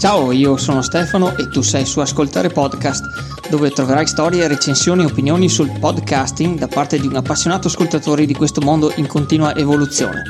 Ciao, io sono Stefano e tu sei su Ascoltare Podcast, dove troverai storie, recensioni e opinioni sul podcasting da parte di un appassionato ascoltatore di questo mondo in continua evoluzione.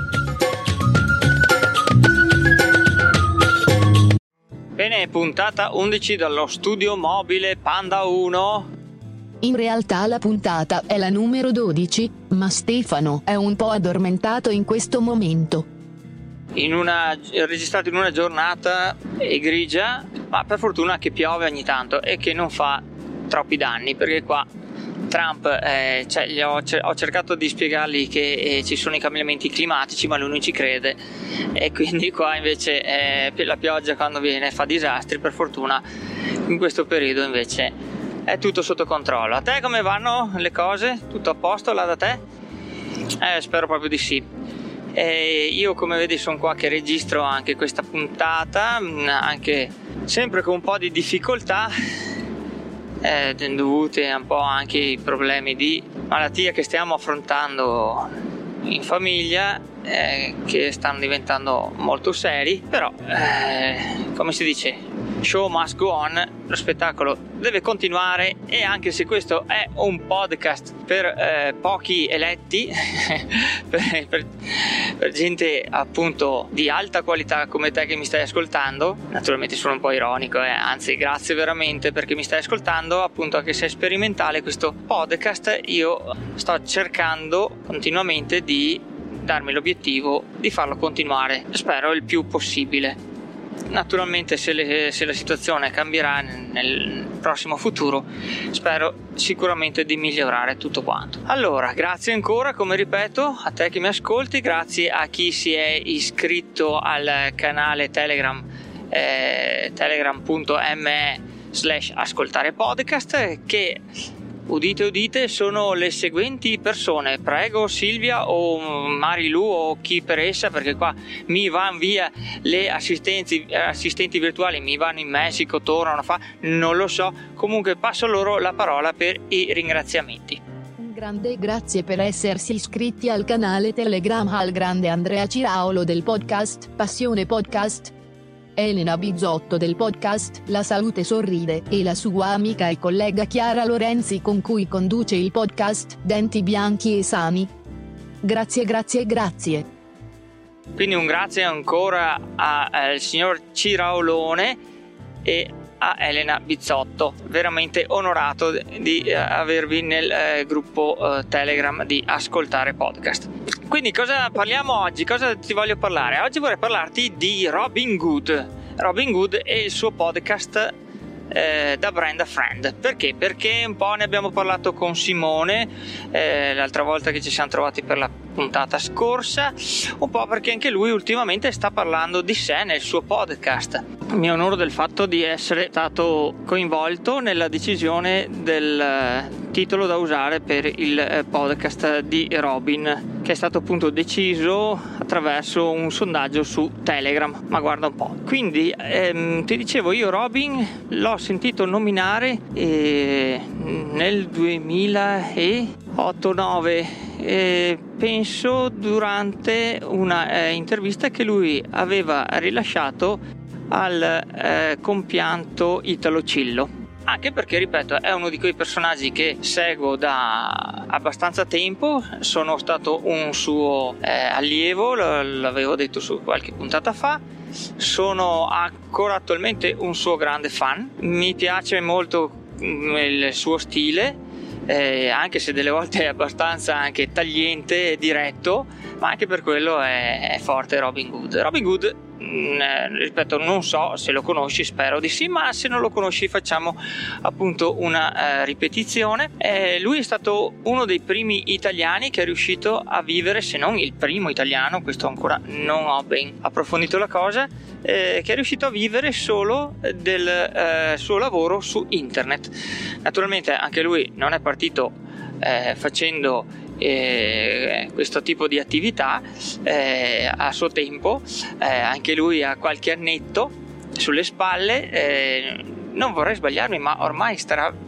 Bene, puntata 11 dallo studio mobile Panda 1. In realtà la puntata è la numero 12, ma Stefano è un po' addormentato in questo momento. Registrato in una giornata grigia, ma per fortuna che piove ogni tanto e che non fa troppi danni, perché qua Trump ho cercato di spiegargli che ci sono i cambiamenti climatici, ma lui non ci crede, e quindi qua invece la pioggia quando viene fa disastri. Per fortuna in questo periodo invece è tutto sotto controllo. A te come vanno le cose? Tutto a posto là da te? Spero proprio di sì. Io, come vedi, sono qua che registro anche questa puntata, anche sempre con un po' di difficoltà dovute un po' anche ai problemi di malattia che stiamo affrontando in famiglia, che stanno diventando molto seri, però come si dice, show must go on, lo spettacolo deve continuare, e anche se questo è un podcast per pochi eletti per gente appunto di alta qualità come te che mi stai ascoltando, naturalmente sono un po' ironico, anzi grazie veramente perché mi stai ascoltando, appunto, anche se è sperimentale questo podcast, io sto cercando continuamente di darmi l'obiettivo di farlo continuare, spero il più possibile. Naturalmente se la situazione cambierà nel prossimo futuro, spero sicuramente di migliorare tutto quanto. Allora, grazie ancora, come ripeto, a te che mi ascolti, grazie a chi si è iscritto al canale Telegram, telegram.me/ascoltare podcast, che udite sono le seguenti persone. Prego Silvia o Marilu o chi per essa, perché qua mi vanno via le assistenti virtuali, mi vanno in Messico, tornano, non lo so, comunque passo loro la parola per i ringraziamenti. Un grande grazie per essersi iscritti al canale Telegram al grande Andrea Ciraulo del podcast Passione Podcast, Elena Bizzotto del podcast La Salute Sorride e la sua amica e collega Chiara Lorenzi con cui conduce il podcast Denti Bianchi e Sani. Grazie. Quindi un grazie ancora al signor Ciraolone e a Elena Bizzotto, veramente onorato di avervi nel gruppo Telegram di Ascoltare Podcast. Quindi cosa parliamo oggi? Cosa ti voglio parlare? Oggi vorrei parlarti di Robin Good e il suo podcast da Brand a Friend. Perché? Perché un po' ne abbiamo parlato con Simone l'altra volta che ci siamo trovati per la puntata scorsa, un po' perché anche lui ultimamente sta parlando di sé nel suo podcast. Mi onoro del fatto di essere stato coinvolto nella decisione del titolo da usare per il podcast di Robin, che è stato appunto deciso attraverso un sondaggio su Telegram, ma guarda un po'. Quindi ti dicevo, io Robin l'ho sentito nominare nel 2008-9, penso durante una intervista che lui aveva rilasciato al compianto Italo Cillo. Anche perché, ripeto, è uno di quei personaggi che seguo da abbastanza tempo, sono stato un suo allievo, l'avevo detto su qualche puntata fa, sono ancora attualmente un suo grande fan, mi piace molto il suo stile, anche se delle volte è abbastanza anche tagliente e diretto, ma anche per quello è forte Robin Good. Ripeto, non so se lo conosci, spero di sì, ma se non lo conosci facciamo appunto una ripetizione. Lui è stato uno dei primi italiani che è riuscito a vivere, se non il primo italiano, questo ancora non ho ben approfondito la cosa, che è riuscito a vivere solo del suo lavoro su internet. Naturalmente anche lui non è partito facendo questo tipo di attività a suo tempo, anche lui ha qualche annetto sulle spalle, non vorrei sbagliarmi, ma ormai starà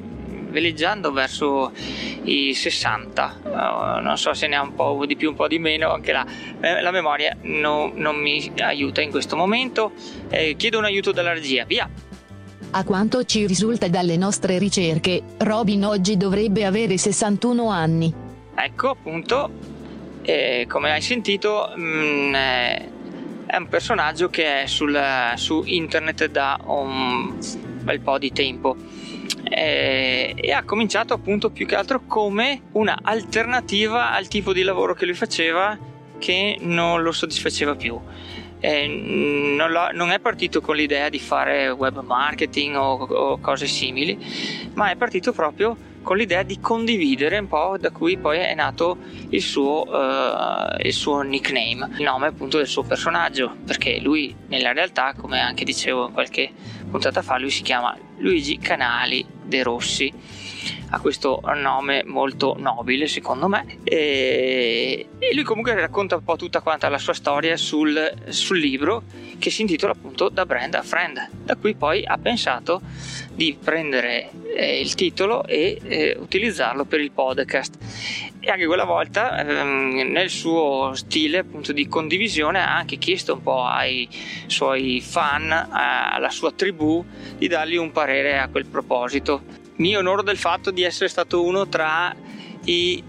veleggiando verso i 60, non so se ne ha un po' di più, un po' di meno, anche la memoria non mi aiuta in questo momento. Chiedo un aiuto dalla regia, via. A quanto ci risulta dalle nostre ricerche, Robin oggi dovrebbe avere 61 anni. Ecco, appunto, come hai sentito, è un personaggio che è su internet da un bel po' di tempo e ha cominciato appunto più che altro come una alternativa al tipo di lavoro che lui faceva, che non lo soddisfaceva più. Non è partito con l'idea di fare web marketing o cose simili, ma è partito proprio con l'idea di condividere un po', da cui poi è nato il suo nickname, il nome appunto del suo personaggio, perché lui nella realtà, come anche dicevo qualche puntata fa, lui si chiama Luigi Canali De Rossi, ha questo nome molto nobile secondo me, e lui comunque racconta un po' tutta quanta la sua storia sul libro, che si intitola appunto Da Brand a Friend, da cui poi ha pensato di prendere il titolo e utilizzarlo per il podcast. E anche quella volta nel suo stile appunto di condivisione ha anche chiesto un po' ai suoi fan, alla sua tribù, di dargli un parere a quel proposito. Mi onoro del fatto di essere stato uno tra i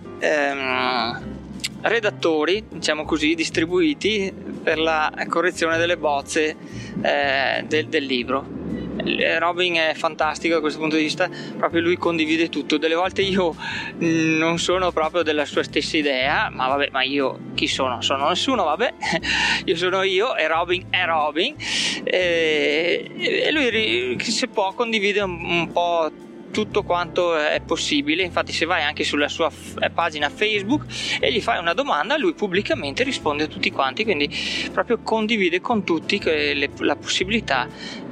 redattori, diciamo così, distribuiti per la correzione delle bozze del libro. Robin è fantastico da questo punto di vista, proprio lui condivide tutto. Delle volte io non sono proprio della sua stessa idea, ma vabbè, ma io chi sono? Sono nessuno, vabbè. Io sono io e Robin è Robin, e lui se può condivide un po' tutto quanto è possibile. Infatti se vai anche sulla sua pagina Facebook e gli fai una domanda, lui pubblicamente risponde a tutti quanti, quindi proprio condivide con tutti la possibilità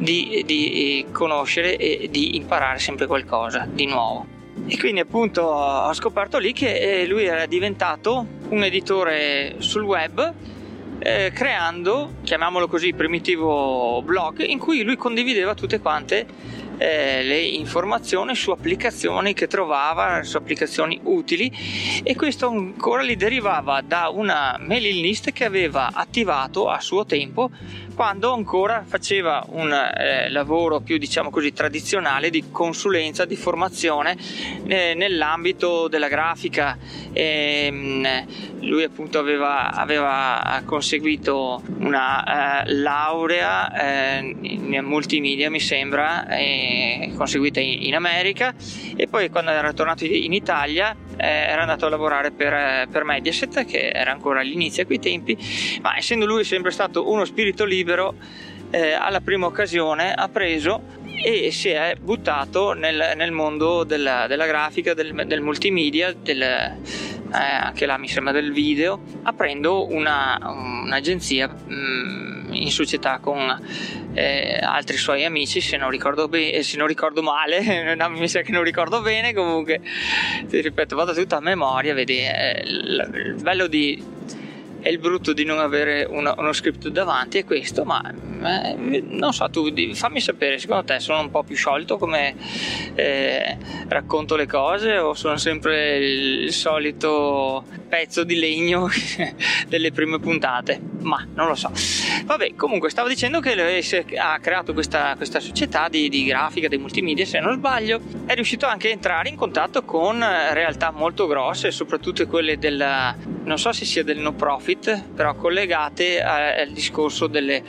di conoscere e di imparare sempre qualcosa di nuovo. E quindi appunto ho scoperto lì che lui era diventato un editore sul web, creando, chiamiamolo così, primitivo blog in cui lui condivideva tutte quante le informazioni su applicazioni che trovava, su applicazioni utili, e questo ancora gli derivava da una mailing list che aveva attivato a suo tempo, quando ancora faceva un lavoro più, diciamo così, tradizionale di consulenza, di formazione nell'ambito della grafica. Lui appunto aveva conseguito una laurea in multimedia, mi sembra, conseguita in America, e poi quando era tornato in Italia era andato a lavorare per Mediaset, che era ancora all'inizio a quei tempi, ma essendo lui sempre stato uno spirito libero, alla prima occasione ha preso e si è buttato nel mondo della grafica, del multimedia, anche là mi sembra del video, aprendo un'agenzia in società con altri suoi amici, se non ricordo male, no, mi sa che non ricordo bene, comunque ti ripeto, vado tutta a memoria, vedi, il bello è il brutto di non avere uno script davanti, è questo, ma non so, tu fammi sapere, secondo te sono un po' più sciolto come racconto le cose, o sono sempre il solito pezzo di legno delle prime puntate? Ma non lo so. Vabbè, comunque stavo dicendo che ha creato questa società di grafica, di multimedia, se non sbaglio, è riuscito anche a entrare in contatto con realtà molto grosse, soprattutto quelle non so se sia del no profit, però collegate al discorso delle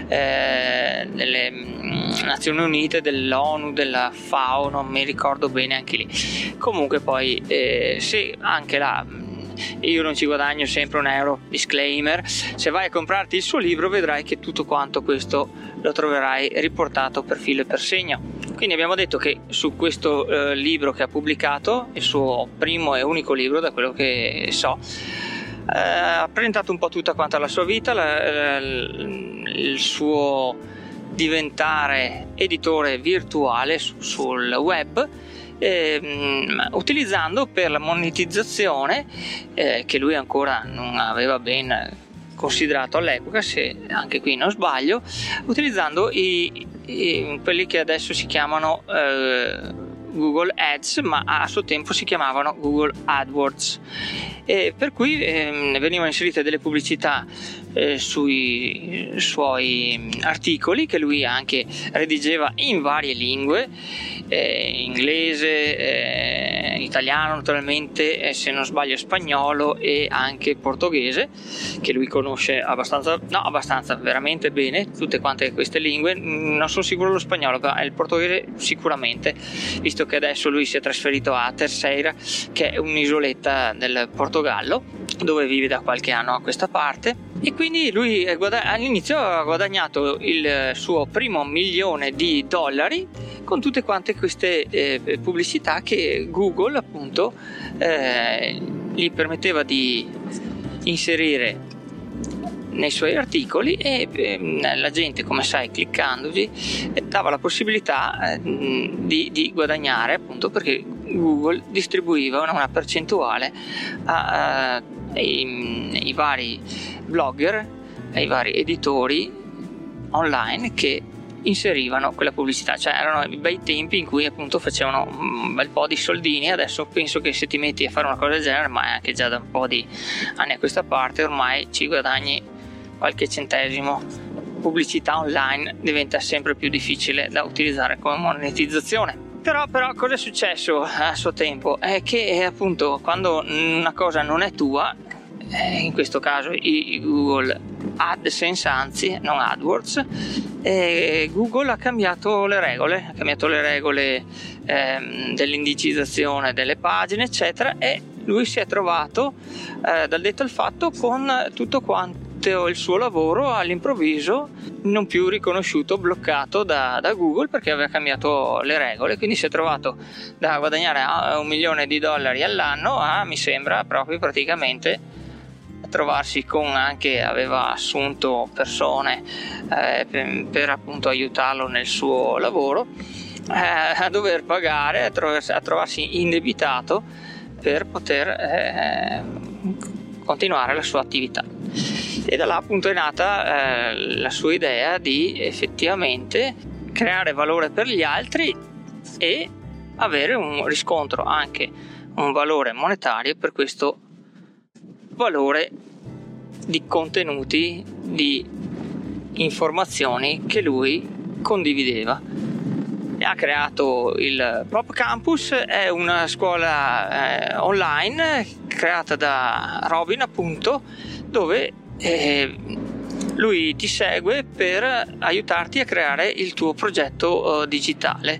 Nazioni Unite, dell'ONU, della FAO, non mi ricordo bene anche lì. Comunque poi se anche là io non ci guadagno sempre un euro, disclaimer, se vai a comprarti il suo libro vedrai che tutto quanto questo lo troverai riportato per filo e per segno. Quindi abbiamo detto che su questo libro che ha pubblicato, il suo primo e unico libro da quello che so, ha presentato un po' tutta quanta la sua vita, il suo diventare editore virtuale sul web, utilizzando per la monetizzazione, che lui ancora non aveva ben considerato all'epoca, se anche qui non sbaglio, utilizzando quelli che adesso si chiamano Google Ads, ma a suo tempo si chiamavano Google AdWords, e per cui venivano inserite delle pubblicità sui suoi articoli, che lui anche redigeva in varie lingue, inglese, italiano naturalmente, se non sbaglio spagnolo e anche portoghese, che lui conosce abbastanza veramente bene tutte quante queste lingue. Non sono sicuro lo spagnolo, ma il portoghese sicuramente, visto che adesso lui si è trasferito a Terceira, che è un'isoletta del Portogallo, dove vive da qualche anno a questa parte. E quindi lui all'inizio ha guadagnato il suo primo $1 milione con tutte quante queste pubblicità che Google appunto gli permetteva di inserire nei suoi articoli, e la gente, come sai, cliccandoci dava la possibilità di guadagnare, appunto perché Google distribuiva una percentuale ai vari blogger, ai vari editori online che inserivano quella pubblicità. Cioè erano i bei tempi in cui appunto facevano un bel po' di soldini. Adesso penso che se ti metti a fare una cosa del genere, ma è anche già da un po' di anni a questa parte, ormai ci guadagni qualche centesimo. Pubblicità online diventa sempre più difficile da utilizzare come monetizzazione. Però cosa è successo a suo tempo? È che appunto quando una cosa non è tua, in questo caso i Google AdSense, anzi non AdWords, Google ha cambiato le regole dell'indicizzazione delle pagine eccetera, e lui si è trovato dal detto al fatto con tutto quanto il suo lavoro all'improvviso non più riconosciuto, bloccato da Google, perché aveva cambiato le regole. Quindi si è trovato da guadagnare $1 milione all'anno a, mi sembra, proprio praticamente trovarsi con, anche aveva assunto persone per appunto aiutarlo nel suo lavoro, a dover pagare, a trovarsi indebitato per poter continuare la sua attività. E da là appunto è nata la sua idea di effettivamente creare valore per gli altri e avere un riscontro, anche un valore monetario per questo valore di contenuti, di informazioni che lui condivideva. E ha creato il Pop Campus, è una scuola online creata da Robin, appunto, dove lui ti segue per aiutarti a creare il tuo progetto digitale,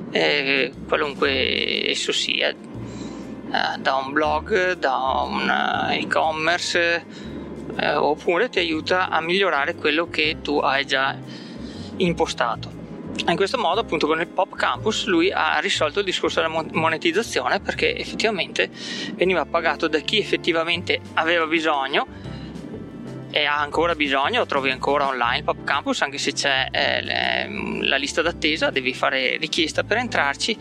qualunque esso sia, da un blog, da un e-commerce, oppure ti aiuta a migliorare quello che tu hai già impostato. In questo modo, appunto, con il Pop Campus lui ha risolto il discorso della monetizzazione, perché effettivamente veniva pagato da chi effettivamente aveva bisogno e ha ancora bisogno. Trovi ancora online il Pop Campus, anche se c'è la lista d'attesa, devi fare richiesta per entrarci,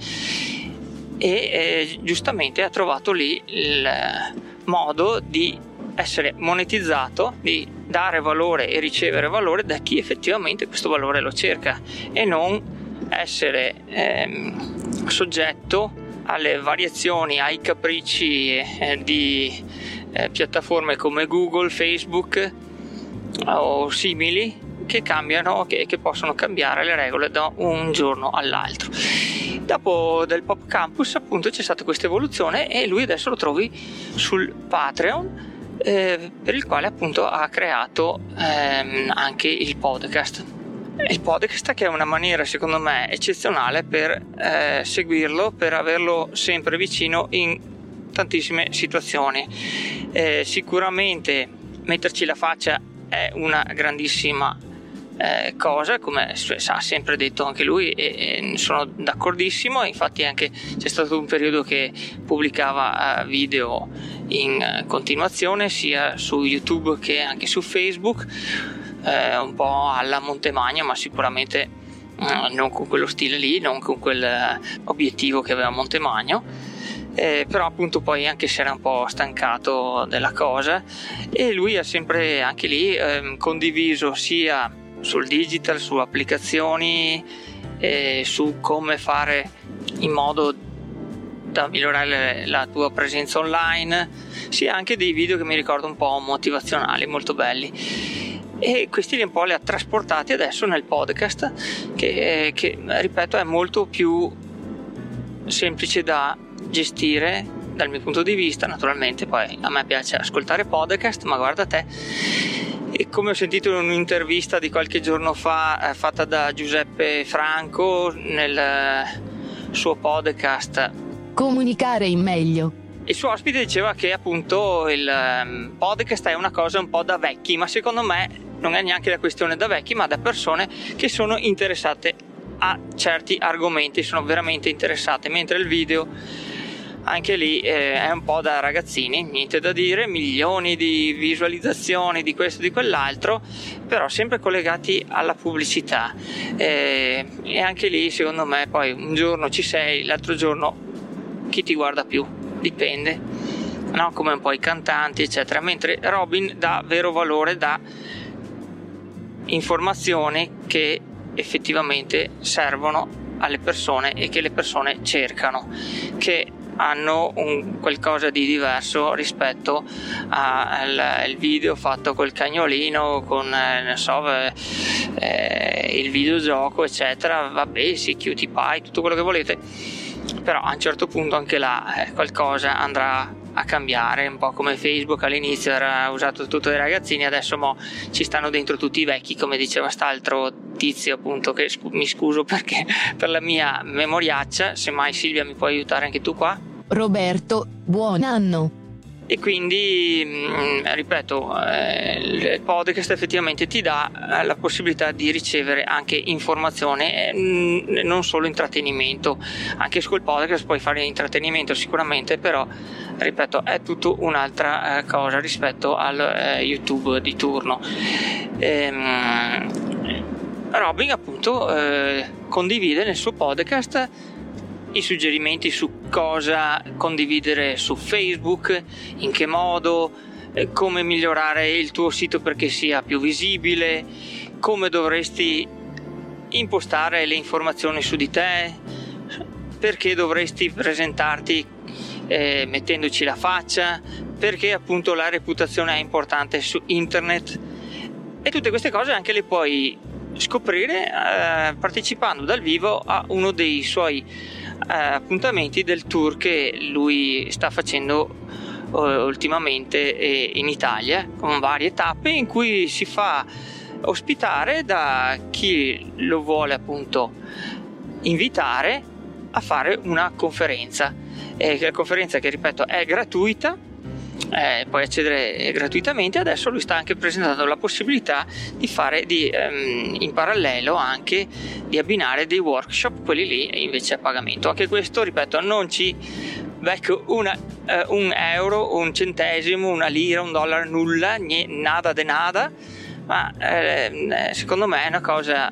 e giustamente ha trovato lì il modo di essere monetizzato, di dare valore e ricevere valore da chi effettivamente questo valore lo cerca, e non essere soggetto alle variazioni, ai capricci di piattaforme come Google, Facebook o simili, che cambiano, che possono cambiare le regole da un giorno all'altro. Dopo del Pop Campus, appunto, c'è stata questa evoluzione e lui adesso lo trovi sul Patreon, per il quale appunto ha creato anche il podcast, che è una maniera secondo me eccezionale per seguirlo, per averlo sempre vicino in tantissime situazioni. Sicuramente metterci la faccia è una grandissima cosa, come ha sempre detto anche lui, e sono d'accordissimo. Infatti anche c'è stato un periodo che pubblicava video in continuazione sia su YouTube che anche su Facebook, un po' alla Montemagno, ma sicuramente non con quello stile lì, non con quel obiettivo che aveva Montemagno, però appunto poi anche si era un po' stancato della cosa, e lui ha sempre anche lì condiviso sia sul digital, su applicazioni, su come fare in modo da migliorare la tua presenza online, sia anche dei video che mi ricordo un po' motivazionali, molto belli, e questi un po' li ha trasportati adesso nel podcast che ripeto è molto più semplice da gestire dal mio punto di vista. Naturalmente poi a me piace ascoltare podcast, ma guarda te, e come ho sentito in un'intervista di qualche giorno fa fatta da Giuseppe Franco nel suo podcast Comunicare in meglio, il suo ospite diceva che appunto il podcast è una cosa un po' da vecchi, ma secondo me non è neanche la questione da vecchi, ma da persone che sono interessate a certi argomenti, sono veramente interessate, mentre il video anche lì è un po' da ragazzini, niente da dire, milioni di visualizzazioni di questo e di quell'altro, però sempre collegati alla pubblicità, e anche lì secondo me poi un giorno ci sei, l'altro giorno chi ti guarda più, dipende, no? Come un po' i cantanti eccetera, mentre Robin dà vero valore, dà informazioni che effettivamente servono alle persone e che le persone cercano, che hanno qualcosa di diverso rispetto al video fatto col cagnolino, con il videogioco eccetera. Vabbè sì, Cutie Pie, tutto quello che volete, però a un certo punto anche là qualcosa andrà a cambiare, un po' come Facebook all'inizio era usato tutto dai ragazzini, adesso ci stanno dentro tutti i vecchi, come diceva st'altro tizio appunto, che mi scuso perché per la mia memoriaccia, semmai Silvia mi puoi aiutare anche tu qua. Roberto, buon anno. E quindi ripeto, il podcast effettivamente ti dà la possibilità di ricevere anche informazione, non solo intrattenimento. Anche sul podcast puoi fare intrattenimento sicuramente, però ripeto è tutto un'altra cosa rispetto al YouTube di turno. Robin appunto condivide nel suo podcast i suggerimenti su cosa condividere su Facebook, in che modo, come migliorare il tuo sito perché sia più visibile, come dovresti impostare le informazioni su di te, perché dovresti presentarti mettendoci la faccia, perché appunto la reputazione è importante su internet, e tutte queste cose anche le puoi scoprire partecipando dal vivo a uno dei suoi appuntamenti del tour che lui sta facendo ultimamente in Italia, con varie tappe in cui si fa ospitare da chi lo vuole appunto invitare a fare una conferenza, la conferenza che ripeto è gratuita, puoi accedere gratuitamente. Adesso lui sta anche presentando la possibilità di fare in parallelo anche di abbinare dei workshop, quelli lì invece a pagamento. Anche questo ripeto non ci becco un euro, un centesimo, una lira, un dollaro, nulla, nada de nada, ma secondo me è una cosa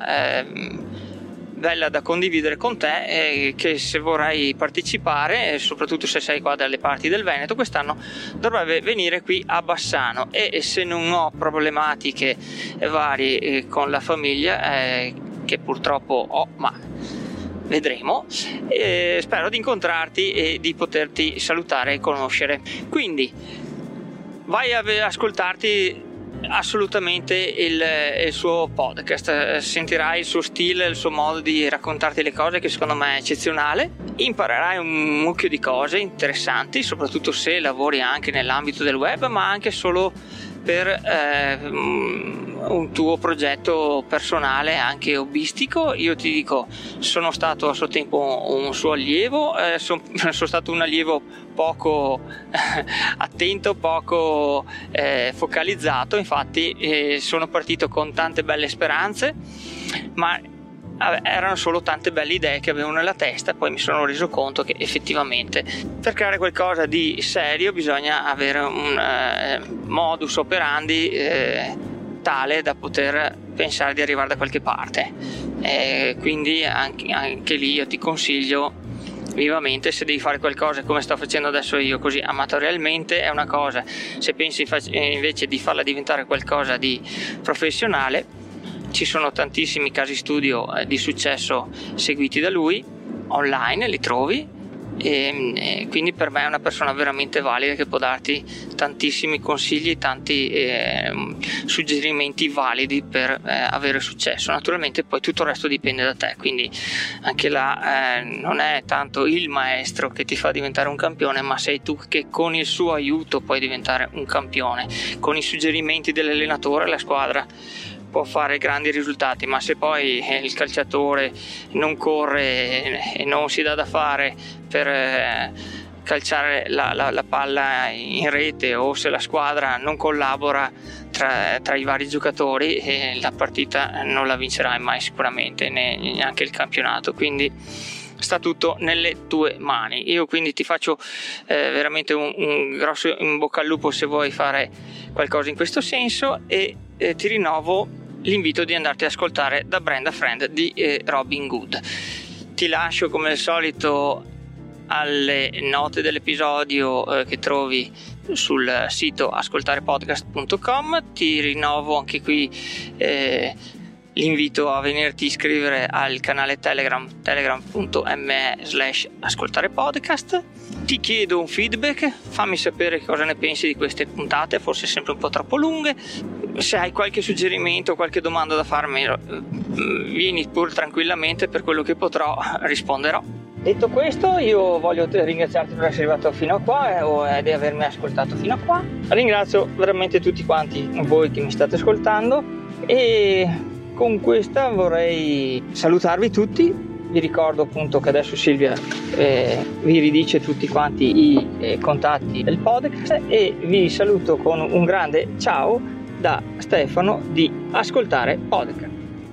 bella da condividere con te, che se vorrai partecipare, soprattutto se sei qua dalle parti del Veneto, quest'anno dovrebbe venire qui a Bassano, e se non ho problematiche varie con la famiglia, che purtroppo ho, ma vedremo, spero di incontrarti e di poterti salutare e conoscere. Quindi vai a ascoltarti assolutamente il suo podcast, sentirai il suo stile, il suo modo di raccontarti le cose, che secondo me è eccezionale. Imparerai un mucchio di cose interessanti, soprattutto se lavori anche nell'ambito del web, ma anche solo per un tuo progetto personale, anche hobbistico. Io ti dico, sono stato a suo tempo un suo allievo, sono stato un allievo poco attento, poco focalizzato, infatti sono partito con tante belle speranze, ma erano solo tante belle idee che avevo nella testa. Poi mi sono reso conto che effettivamente per creare qualcosa di serio bisogna avere un modus operandi tale da poter pensare di arrivare da qualche parte, quindi anche lì io ti consiglio vivamente, se devi fare qualcosa come sto facendo adesso io così amatorialmente è una cosa, se pensi invece di farla diventare qualcosa di professionale, ci sono tantissimi casi studio di successo seguiti da lui, online, li trovi, e quindi per me è una persona veramente valida che può darti tantissimi consigli, tanti suggerimenti validi per avere successo. Naturalmente poi tutto il resto dipende da te, quindi anche là non è tanto il maestro che ti fa diventare un campione, ma sei tu che con il suo aiuto puoi diventare un campione. Con i suggerimenti dell'allenatore la squadra può fare grandi risultati, ma se poi il calciatore non corre e non si dà da fare per calciare la palla in rete, o se la squadra non collabora tra i vari giocatori, la partita non la vincerai mai sicuramente, neanche il campionato. Quindi sta tutto nelle tue mani. Io quindi ti faccio veramente un grosso in bocca al lupo se vuoi fare qualcosa in questo senso, e ti rinnovo l'invito di andarti ad ascoltare Da Brand a Friend di Robin Hood. Ti lascio come al solito alle note dell'episodio che trovi sul sito ascoltarepodcast.com. Ti rinnovo anche qui l'invito a venirti iscrivere al canale Telegram, telegram.me/ascoltarepodcast. Ti chiedo un feedback, fammi sapere cosa ne pensi di queste puntate, forse sempre un po' troppo lunghe. Se hai qualche suggerimento, qualche domanda da farmi, vieni pure tranquillamente, per quello che potrò risponderò. Detto questo, io voglio ringraziarti per essere arrivato fino a qua o di avermi ascoltato fino a qua. Ringrazio veramente tutti quanti voi che mi state ascoltando, e con questa vorrei salutarvi tutti. Vi ricordo appunto che adesso Silvia vi ridice tutti quanti i contatti del podcast, e vi saluto con un grande ciao da Stefano di Ascoltare Podcast.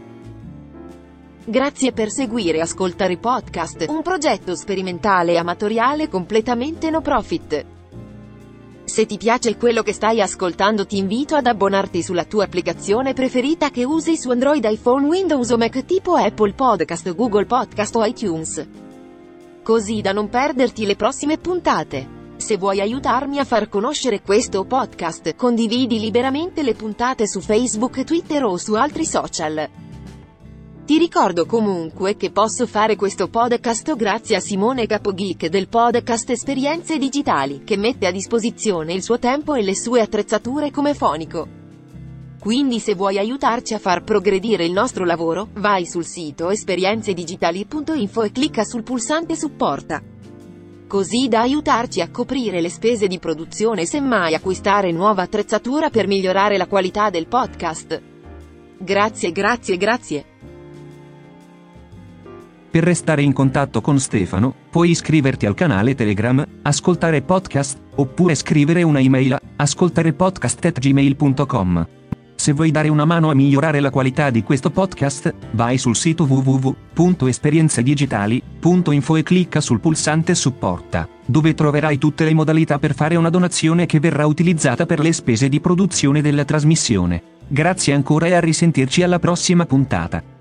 Grazie per seguire Ascoltare Podcast, un progetto sperimentale e amatoriale completamente no profit. Se ti piace quello che stai ascoltando, ti invito ad abbonarti sulla tua applicazione preferita che usi su Android, iPhone, Windows o Mac, tipo Apple Podcast, Google Podcast o iTunes, così da non perderti le prossime puntate. Se vuoi aiutarmi a far conoscere questo podcast, condividi liberamente le puntate su Facebook, Twitter o su altri social. Ti ricordo comunque che posso fare questo podcast grazie a Simone Capogeek del podcast Esperienze Digitali, che mette a disposizione il suo tempo e le sue attrezzature come fonico. Quindi se vuoi aiutarci a far progredire il nostro lavoro, vai sul sito esperienzedigitali.info e clicca sul pulsante supporta, così da aiutarci a coprire le spese di produzione e semmai acquistare nuova attrezzatura per migliorare la qualità del podcast. Grazie. Per restare in contatto con Stefano, puoi iscriverti al canale Telegram, Ascoltare Podcast, oppure scrivere una email a ascoltarepodcast@gmail.com. Se vuoi dare una mano a migliorare la qualità di questo podcast, vai sul sito www.esperienzedigitali.info e clicca sul pulsante Supporta, dove troverai tutte le modalità per fare una donazione che verrà utilizzata per le spese di produzione della trasmissione. Grazie ancora e a risentirci alla prossima puntata.